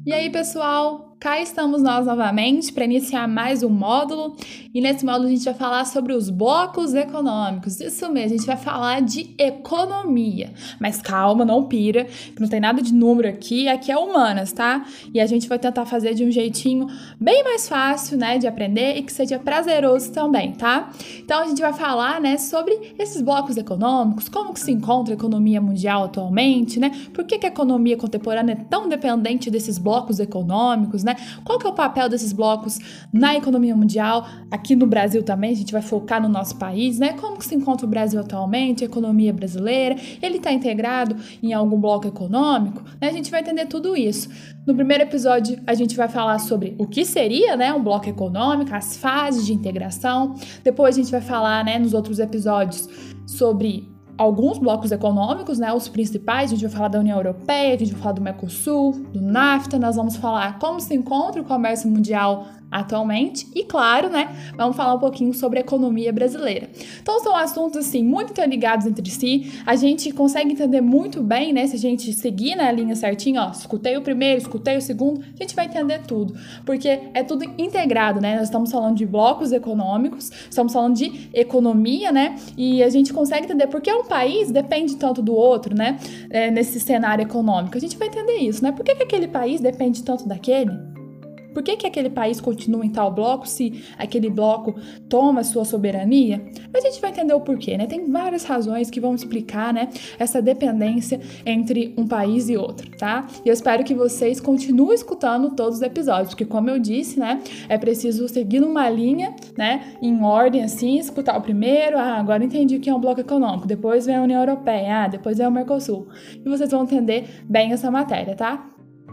E aí, pessoal, cá estamos nós novamente para iniciar mais um módulo. E nesse módulo a gente vai falar sobre os blocos econômicos. Isso mesmo, a gente vai falar de economia. Mas calma, não pira, que não tem nada de número aqui é humanas, tá? E a gente vai tentar fazer de um jeitinho bem mais fácil, né, de aprender e que seja prazeroso também, tá? Então a gente vai falar, né, sobre esses blocos econômicos, como que se encontra a economia mundial atualmente, né? Por que a economia contemporânea é tão dependente desses blocos econômicos, né? Qual que é o papel desses blocos na economia mundial? Aqui no Brasil também, a gente vai focar no nosso país, né? Como que se encontra o Brasil atualmente, a economia brasileira? Ele está integrado em algum bloco econômico? Né? A gente vai entender tudo isso. No primeiro episódio, a gente vai falar sobre o que seria, né, um bloco econômico, as fases de integração. Depois a gente vai falar, né, nos outros episódios sobre alguns blocos econômicos, né, os principais. A gente vai falar da União Europeia, a gente vai falar do Mercosul, do NAFTA, nós vamos falar como se encontra o comércio mundial atualmente e, claro, né, vamos falar um pouquinho sobre a economia brasileira. Então, são assuntos, assim, muito interligados entre si, a gente consegue entender muito bem, né, se a gente seguir na linha certinho, ó, escutei o primeiro, escutei o segundo, a gente vai entender tudo, porque é tudo integrado, né, nós estamos falando de blocos econômicos, estamos falando de economia, né, e a gente consegue entender por que um país depende tanto do outro, né, nesse cenário econômico, a gente vai entender isso, né, por que aquele país depende tanto daquele? Por que aquele país continua em tal bloco se aquele bloco toma sua soberania? A gente vai entender o porquê, né? Tem várias razões que vão explicar, né, essa dependência entre um país e outro, tá? E eu espero que vocês continuem escutando todos os episódios, porque como eu disse, né, é preciso seguir uma linha, né, em ordem assim, escutar o primeiro, agora entendi o que é um bloco econômico, depois vem a União Europeia, depois vem o Mercosul. E vocês vão entender bem essa matéria, tá?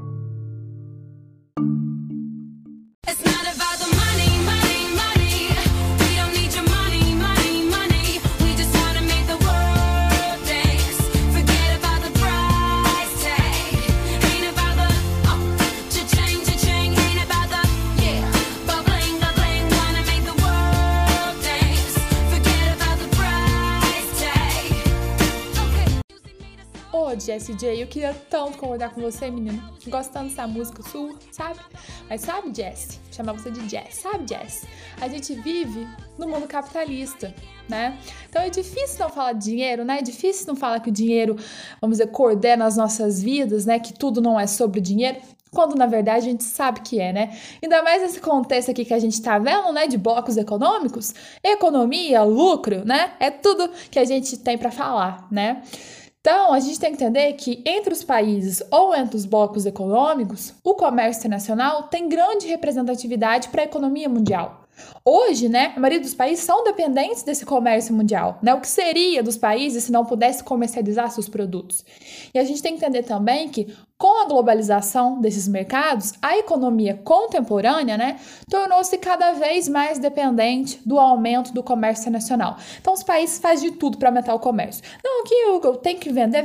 Ô, Jessie J, eu queria tanto concordar com você, menina. Gostando dessa música sua, sabe? Mas sabe, Jessie? Vou chamar você de Jess. Sabe, Jess? A gente vive no mundo capitalista, né? Então é difícil não falar de dinheiro, né? É difícil não falar que o dinheiro, vamos dizer, coordena as nossas vidas, né? Que tudo não é sobre o dinheiro. Quando, na verdade, a gente sabe que é, né? Ainda mais nesse contexto aqui que a gente tá vendo, né? De blocos econômicos. Economia, lucro, né? É tudo que a gente tem pra falar, né? Então, a gente tem que entender que entre os países ou entre os blocos econômicos, o comércio internacional tem grande representatividade para a economia mundial. Hoje, né, a maioria dos países são dependentes desse comércio mundial, né? O que seria dos países se não pudesse comercializar seus produtos? E a gente tem que entender também que, com a globalização desses mercados, a economia contemporânea, né, tornou-se cada vez mais dependente do aumento do comércio internacional. Então, os países fazem de tudo para aumentar o comércio. Não, aqui eu tenho que vender,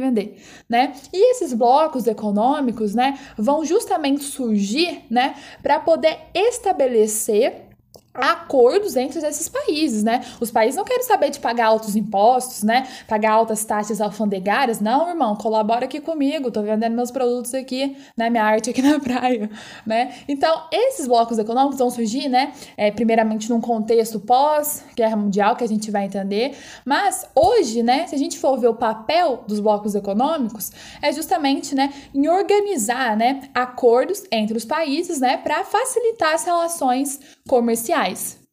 né? E esses blocos econômicos, né, vão justamente surgir, né, para poder estabelecer acordos entre esses países, né? Os países não querem saber de pagar altos impostos, né? Pagar altas taxas alfandegárias. Não, irmão, colabora aqui comigo. Tô vendendo meus produtos aqui, né? Minha arte aqui na praia, né? Então, esses blocos econômicos vão surgir, né? Primeiramente num contexto pós-guerra mundial, que a gente vai entender. Mas hoje, né? Se a gente for ver o papel dos blocos econômicos, é justamente, né? Em organizar, né? Acordos entre os países, né? Para facilitar as relações comerciais.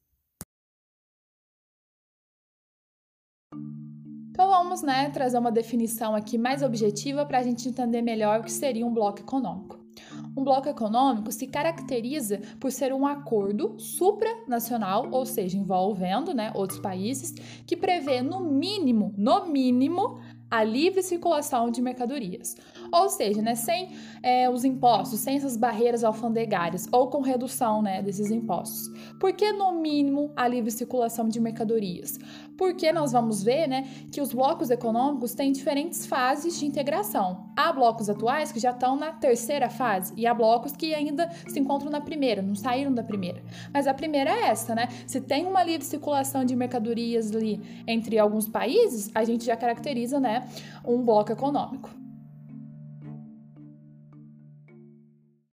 Então vamos, né, trazer uma definição aqui mais objetiva para a gente entender melhor o que seria um bloco econômico. Um bloco econômico se caracteriza por ser um acordo supranacional, ou seja, envolvendo, né, outros países, que prevê no mínimo, a livre circulação de mercadorias. Ou seja, né, sem os impostos, sem essas barreiras alfandegárias ou com redução, né, desses impostos. Por que, no mínimo, a livre circulação de mercadorias? Porque nós vamos ver, né, que os blocos econômicos têm diferentes fases de integração. Há blocos atuais que já estão na terceira fase e há blocos que ainda se encontram na primeira, não saíram da primeira. Mas a primeira é essa, né? Se tem uma livre circulação de mercadorias ali entre alguns países, a gente já caracteriza, né, um bloco econômico.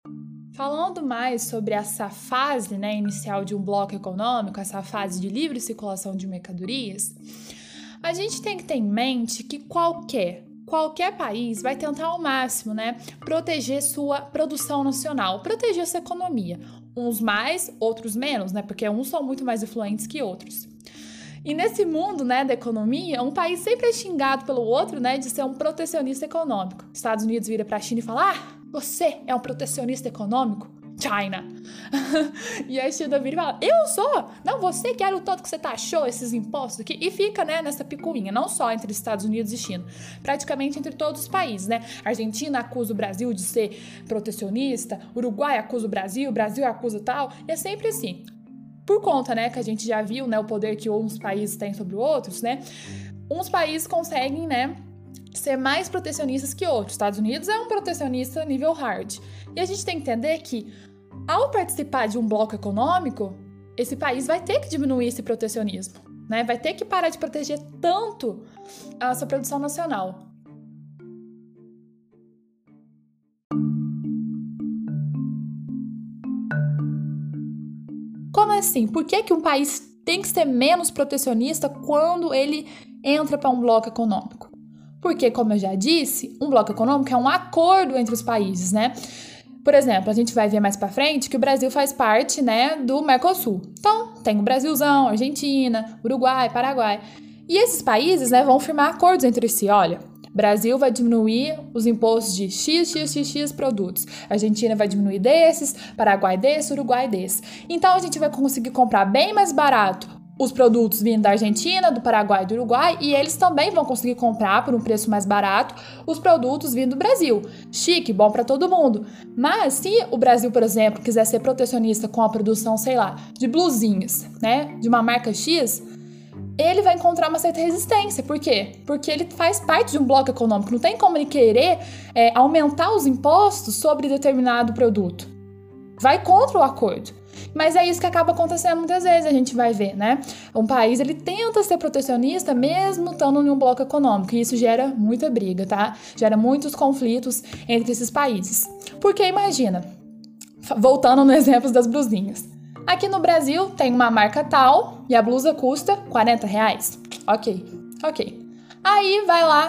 Falando mais sobre essa fase, né, inicial de um bloco econômico, essa fase de livre circulação de mercadorias, a gente tem que ter em mente que qualquer país vai tentar ao máximo, né, proteger sua produção nacional, proteger sua economia. Uns mais, outros menos, né, porque uns são muito mais influentes que outros. E nesse mundo, né, da economia, um país sempre é xingado pelo outro, né, de ser um protecionista econômico. Estados Unidos vira para a China e fala: você é um protecionista econômico? China. E a China vira e fala: eu sou? Não, você que era o tanto que você taxou esses impostos aqui. E fica, né, nessa picuinha, não só entre Estados Unidos e China, praticamente entre todos os países, né? A Argentina acusa o Brasil de ser protecionista, Uruguai acusa o Brasil acusa tal, e é sempre assim. Por conta, né, que a gente já viu, né, o poder que uns países têm sobre outros, né? Uns países conseguem, né, ser mais protecionistas que outros. Estados Unidos é um protecionista nível hard. E a gente tem que entender que, ao participar de um bloco econômico, esse país vai ter que diminuir esse protecionismo, né? Vai ter que parar de proteger tanto a sua produção nacional. Como assim? Por que um país tem que ser menos protecionista quando ele entra para um bloco econômico? Porque, como eu já disse, um bloco econômico é um acordo entre os países, né? Por exemplo, a gente vai ver mais para frente que o Brasil faz parte, né, do Mercosul. Então, tem o Brasilzão, Argentina, Uruguai, Paraguai. E esses países, né, vão firmar acordos entre si. Olha, Brasil vai diminuir os impostos de x produtos. Argentina vai diminuir desses, Paraguai desse, Uruguai desse. Então, a gente vai conseguir comprar bem mais barato os produtos vindo da Argentina, do Paraguai e do Uruguai, e eles também vão conseguir comprar por um preço mais barato os produtos vindo do Brasil. Chique, bom para todo mundo. Mas se o Brasil, por exemplo, quiser ser protecionista com a produção, sei lá, de blusinhas, né, de uma marca X, ele vai encontrar uma certa resistência. Por quê? Porque ele faz parte de um bloco econômico. Não tem como ele querer aumentar os impostos sobre determinado produto. Vai contra o acordo. Mas é isso que acaba acontecendo muitas vezes, a gente vai ver, né? Um país, ele tenta ser protecionista mesmo estando em um bloco econômico, e isso gera muita briga, tá? Gera muitos conflitos entre esses países. Porque imagina, voltando no exemplo das blusinhas. Aqui no Brasil tem uma marca tal e a blusa custa R$40. Ok. Aí vai lá,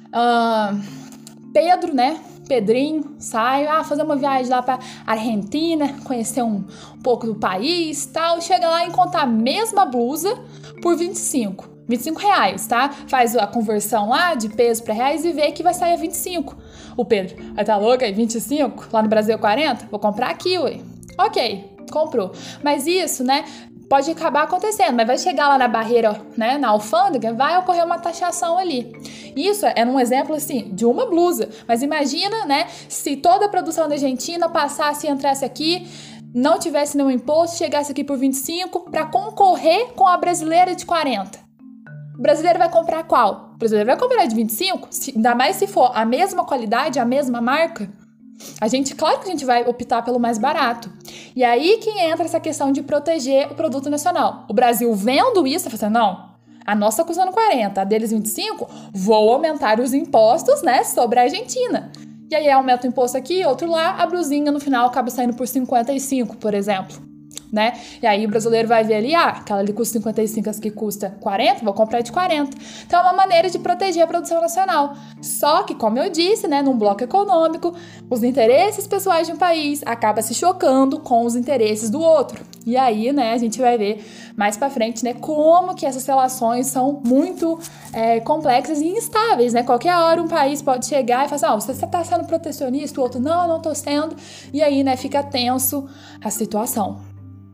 Pedro, né? Pedrinho, sai, fazer uma viagem lá pra Argentina, conhecer um pouco do país, tal, chega lá e encontra a mesma blusa por R$25 reais, tá? Faz a conversão lá de peso para reais e vê que vai sair a 25. O Pedro, tá louco aí, 25? Lá no Brasil 40? Vou comprar aqui, ué. Ok, comprou. Mas isso, né, pode acabar acontecendo, mas vai chegar lá na barreira, né, na alfândega, vai ocorrer uma taxação ali. Isso é um exemplo, assim, de uma blusa. Mas imagina, né, se toda a produção da Argentina passasse e entrasse aqui, não tivesse nenhum imposto, chegasse aqui por 25 para concorrer com a brasileira de 40. O brasileiro vai comprar qual? O brasileiro vai comprar de 25? Ainda mais se for a mesma qualidade, a mesma marca. Claro que a gente vai optar pelo mais barato. E aí que entra essa questão de proteger o produto nacional. O Brasil vendo isso, tá falando, não, a nossa custando 40, a deles 25, vou aumentar os impostos, né, sobre a Argentina. E aí aumenta o imposto aqui, outro lá, a blusinha no final acaba saindo por 55, por exemplo. Né? E aí o brasileiro vai ver ali, aquela ali custa 55, essa aqui custa 40, vou comprar de 40. Então é uma maneira de proteger a produção nacional. Só que, como eu disse, né, num bloco econômico, os interesses pessoais de um país acabam se chocando com os interesses do outro. E aí, né, a gente vai ver mais pra frente, né, como que essas relações são muito complexas e instáveis, né? Qualquer hora um país pode chegar e falar assim, você tá sendo protecionista, o outro, não tô sendo. E aí, né, fica tenso a situação.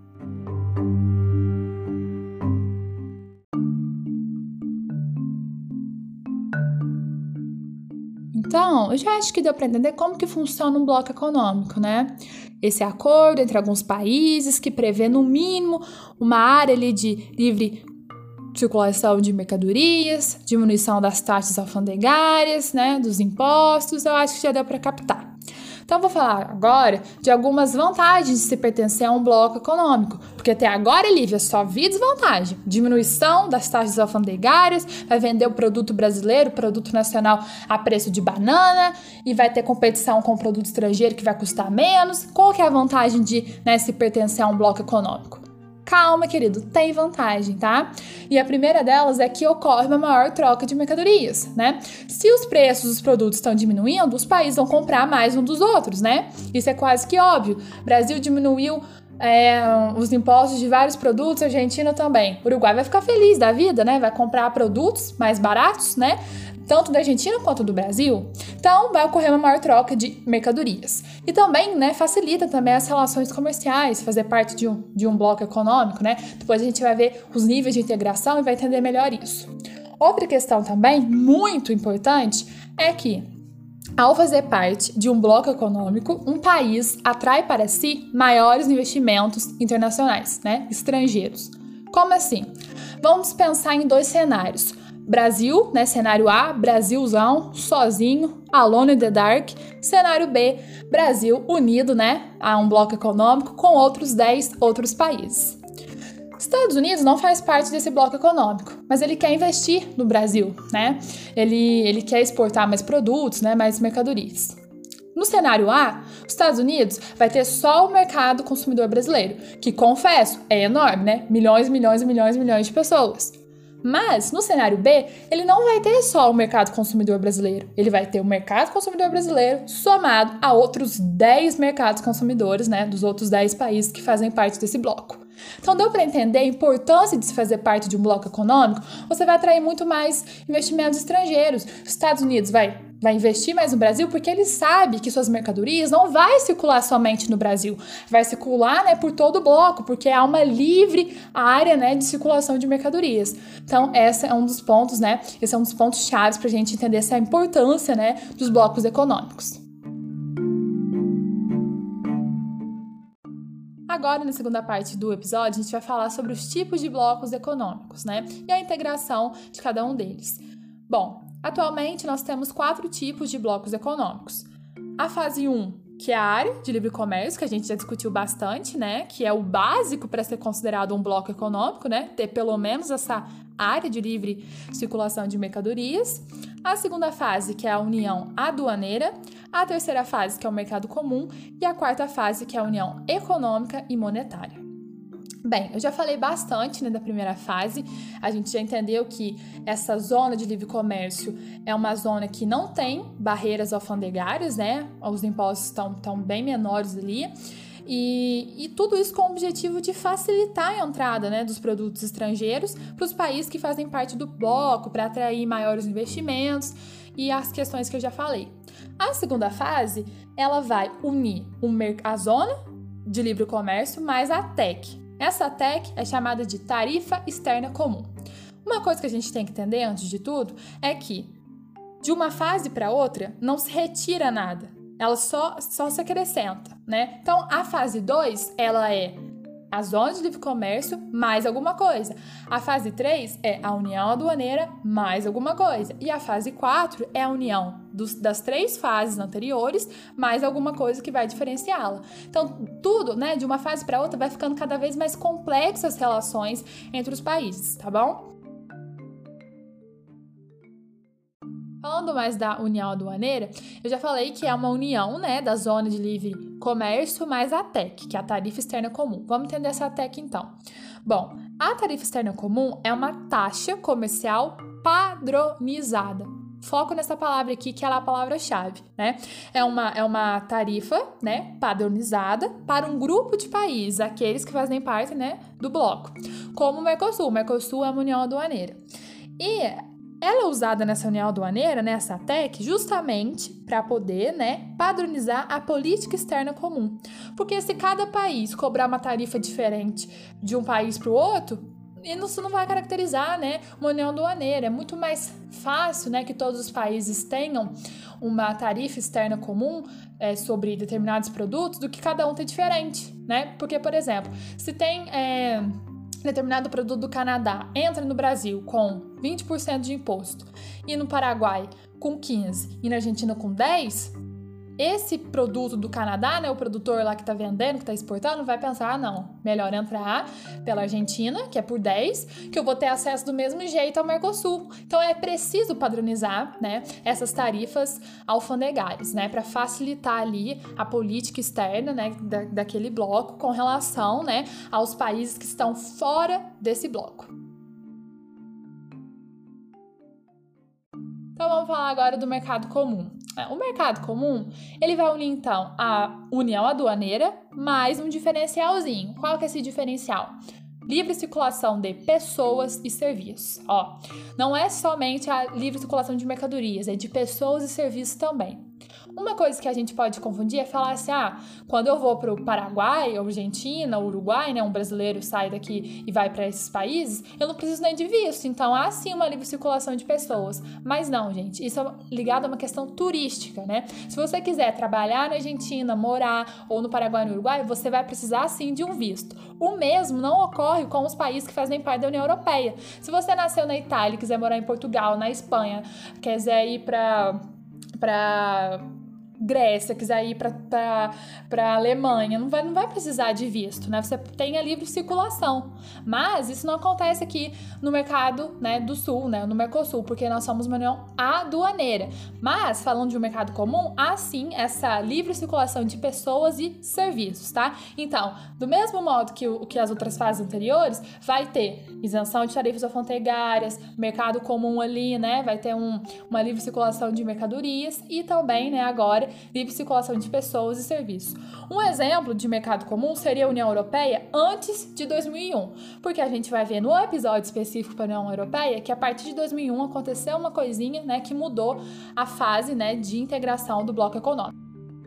Então, eu já acho que deu para entender como que funciona um bloco econômico, né? Esse acordo entre alguns países que prevê, no mínimo, uma área ali de livre circulação de mercadorias, diminuição das taxas alfandegárias, né? Dos impostos, eu acho que já deu para captar. Então, vou falar agora de algumas vantagens de se pertencer a um bloco econômico, porque até agora, Lívia, só vi desvantagem. Diminuição das taxas alfandegárias, vai vender o produto brasileiro, o produto nacional a preço de banana, e vai ter competição com o produto estrangeiro que vai custar menos. Qual que é a vantagem de, né, se pertencer a um bloco econômico? Calma, querido, tem vantagem, tá? E a primeira delas é que ocorre uma maior troca de mercadorias, né? Se os preços dos produtos estão diminuindo, os países vão comprar mais um dos outros, né? Isso é quase que óbvio. O Brasil diminuiu os impostos de vários produtos, a Argentina também. O Uruguai vai ficar feliz da vida, né? Vai comprar produtos mais baratos, né? Tanto da Argentina quanto do Brasil. Então, vai ocorrer uma maior troca de mercadorias. E também, né, facilita também as relações comerciais, fazer parte de um bloco econômico, né? Depois a gente vai ver os níveis de integração e vai entender melhor isso. Outra questão também, muito importante, é que, ao fazer parte de um bloco econômico, um país atrai para si maiores investimentos internacionais, né, estrangeiros. Como assim? Vamos pensar em 2 cenários. Brasil, né, cenário A, Brasilzão, sozinho, alone in the dark. Cenário B, Brasil unido, né, a um bloco econômico com outros 10 outros países. Estados Unidos não faz parte desse bloco econômico, mas ele quer investir no Brasil, né? Ele quer exportar mais produtos, né, mais mercadorias. No cenário A, os Estados Unidos vai ter só o mercado consumidor brasileiro, que, confesso, é enorme, né? Milhões, milhões e milhões e milhões de pessoas. Mas, no cenário B, ele não vai ter só o mercado consumidor brasileiro. Ele vai ter o mercado consumidor brasileiro somado a outros 10 mercados consumidores, né, dos outros 10 países que fazem parte desse bloco. Então, deu para entender a importância de se fazer parte de um bloco econômico? Você vai atrair muito mais investimentos estrangeiros. Os Estados Unidos vai investir mais no Brasil porque ele sabe que suas mercadorias não vai circular somente no Brasil, vai circular, né, por todo o bloco, porque há uma livre área, né, de circulação de mercadorias. Então, esse é um dos pontos, né, esse é um dos pontos chaves para a gente entender essa importância, né, dos blocos econômicos. Agora, na segunda parte do episódio, a gente vai falar sobre os tipos de blocos econômicos, né, e a integração de cada um deles. Bom, atualmente nós temos 4 tipos de blocos econômicos. A fase 1, que é a área de livre comércio, que a gente já discutiu bastante, né, que é o básico para ser considerado um bloco econômico, né, ter pelo menos essa área de livre circulação de mercadorias. A segunda fase, que é a união aduaneira. A terceira fase, que é o mercado comum. E a quarta fase, que é a união econômica e monetária. Bem, eu já falei bastante, né, da primeira fase. A gente já entendeu que essa zona de livre comércio é uma zona que não tem barreiras alfandegárias, né? Os impostos estão bem menores ali. E tudo isso com o objetivo de facilitar a entrada, né, dos produtos estrangeiros para os países que fazem parte do bloco, para atrair maiores investimentos e as questões que eu já falei. A segunda fase, ela vai unir a zona de livre comércio mais a TEC. Essa TEC é chamada de Tarifa Externa Comum. Uma coisa que a gente tem que entender, antes de tudo, é que de uma fase para outra não se retira nada. Ela só se acrescenta, né? Então, a fase 2, ela é a zona de livre comércio mais alguma coisa. A fase 3 é a união aduaneira mais alguma coisa. E a fase 4 é a união das 3 fases anteriores mais alguma coisa que vai diferenciá-la. Então, tudo, né, de uma fase para outra vai ficando cada vez mais complexas as relações entre os países, tá bom? Falando mais da união aduaneira, eu já falei que é uma união, né, da zona de livre comércio mais a TEC, que é a tarifa externa comum. Vamos entender essa TEC então. Bom, a tarifa externa comum é uma taxa comercial padronizada. Foco nessa palavra aqui, que ela é a palavra-chave, né? É uma tarifa, né, padronizada para um grupo de países, aqueles que fazem parte, né, do bloco, como o Mercosul. O Mercosul é uma união aduaneira. E ela é usada nessa união aduaneira, nessa TEC, justamente para poder, né, padronizar a política externa comum. Porque se cada país cobrar uma tarifa diferente de um país para o outro, isso não vai caracterizar, né, uma união aduaneira. É muito mais fácil, né, que todos os países tenham uma tarifa externa comum sobre determinados produtos do que cada um ter diferente, né? Porque, por exemplo, se tem determinado produto do Canadá entra no Brasil com 20% de imposto e no Paraguai com 15% e na Argentina com 10%, esse produto do Canadá, né, o produtor lá que tá vendendo, que tá exportando, vai pensar, não, melhor entrar pela Argentina, que é por 10, que eu vou ter acesso do mesmo jeito ao Mercosul. Então é preciso padronizar, né, essas tarifas alfandegárias, né, para facilitar ali a política externa, né, daquele bloco com relação, né, aos países que estão fora desse bloco. Então vamos falar agora do mercado comum. O mercado comum, ele vai unir então a união aduaneira mais um diferencialzinho. Qual que é esse diferencial? Livre circulação de pessoas e serviços. Não é somente a livre circulação de mercadorias, é de pessoas e serviços também. Uma coisa que a gente pode confundir é falar assim, quando eu vou para o Paraguai, Argentina, Uruguai, né, um brasileiro sai daqui e vai para esses países, eu não preciso nem de visto, então há sim uma livre circulação de pessoas. Mas não, gente, isso é ligado a uma questão turística, né? Se você quiser trabalhar na Argentina, morar ou no Paraguai, no Uruguai, você vai precisar sim de um visto. O mesmo não ocorre com os países que fazem parte da União Europeia. Se você nasceu na Itália e quiser morar em Portugal, na Espanha, quiser ir para Grécia, quiser ir para Alemanha, não vai precisar de visto, né? Você tem a livre circulação. Mas isso não acontece aqui no mercado, né, do Sul, né, no Mercosul, porque nós somos uma união aduaneira. Mas, falando de um mercado comum, há sim essa livre circulação de pessoas e serviços, tá? Então, do mesmo modo que as outras fases anteriores, vai ter isenção de tarifas alfandegárias, mercado comum ali, né? Vai ter uma livre circulação de mercadorias e também, né, agora, livre circulação de pessoas e serviços. Um exemplo de mercado comum seria a União Europeia antes de 2001, porque a gente vai ver no episódio específico para a União Europeia que a partir de 2001 aconteceu uma coisinha, né, que mudou a fase, né, de integração do bloco econômico.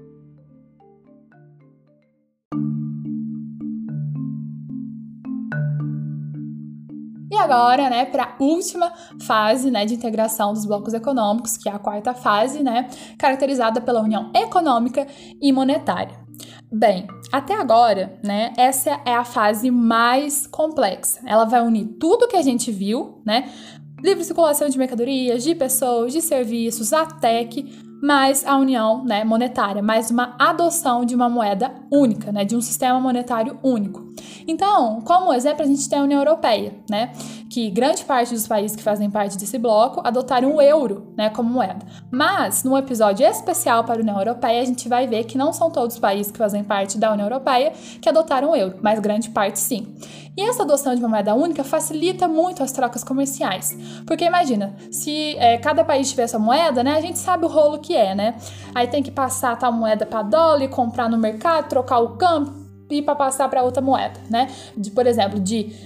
E agora, né, para a última fase, né, de integração dos blocos econômicos, que é a quarta fase, né, caracterizada pela união econômica e monetária. Bem, até agora, né, essa é a fase mais complexa. Ela vai unir tudo que a gente viu, né, livre circulação de mercadorias, de pessoas, de serviços, a TEC, mais a união, né, monetária, mais uma adoção de uma moeda única, né, de um sistema monetário único. Então, como exemplo, a gente tem a União Europeia, né, que grande parte dos países que fazem parte desse bloco adotaram o euro, né, como moeda. Mas, num episódio especial para a União Europeia, a gente vai ver que não são todos os países que fazem parte da União Europeia que adotaram o euro, mas grande parte sim. E essa adoção de uma moeda única facilita muito as trocas comerciais. Porque imagina, se cada país tivesse a moeda, né, a gente sabe o rolo que é, né? Aí tem que passar tal moeda para dólar, comprar no mercado, trocar o câmbio e para passar para outra moeda, né? Por exemplo,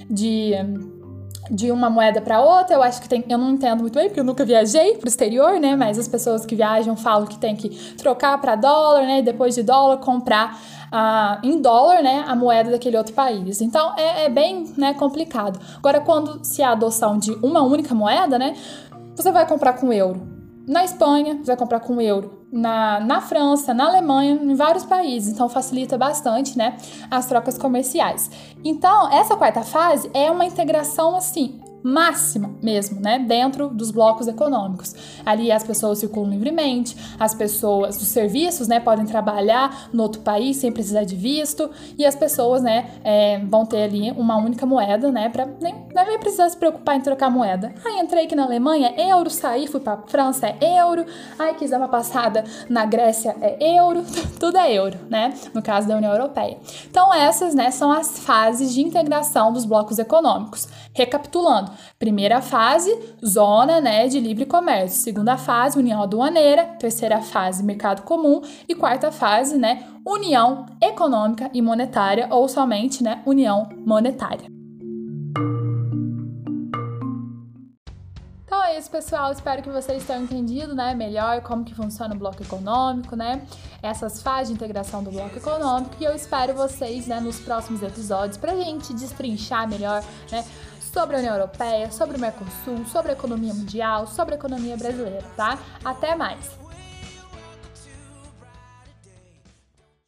de uma moeda para outra, eu acho que tem, eu não entendo muito bem, porque eu nunca viajei pro exterior, né, mas as pessoas que viajam falam que tem que trocar para dólar, né, e depois de dólar comprar em dólar, né, a moeda daquele outro país. Então, é bem, né, complicado. Agora, quando se há a adoção de uma única moeda, né, você vai comprar com euro. Na Espanha, você vai comprar com euro. Na França, na Alemanha, em vários países. Então, facilita bastante, né, as trocas comerciais. Então, essa quarta fase é uma integração, assim, máxima mesmo, né, dentro dos blocos econômicos. Ali as pessoas circulam livremente, os serviços, né, podem trabalhar no outro país sem precisar de visto, e as pessoas, né, vão ter ali uma única moeda, né, nem vai precisar se preocupar em trocar moeda. Entrei aqui na Alemanha, euro, saí, fui pra França, é euro, quis dar uma passada na Grécia, é euro, tudo é euro, né, no caso da União Europeia. Então essas, né, são as fases de integração dos blocos econômicos. Recapitulando, primeira fase, zona, né, de livre comércio. Segunda fase, união aduaneira. Terceira fase, mercado comum. E quarta fase, né, união econômica e monetária, ou somente, né, união monetária. Então é isso, pessoal. Espero que vocês tenham entendido, né, melhor como que funciona o bloco econômico, né, essas fases de integração do bloco econômico. E eu espero vocês, né, nos próximos episódios pra gente destrinchar melhor, né, sobre a União Europeia, sobre o Mercosul, sobre a economia mundial, sobre a economia brasileira, tá? Até mais!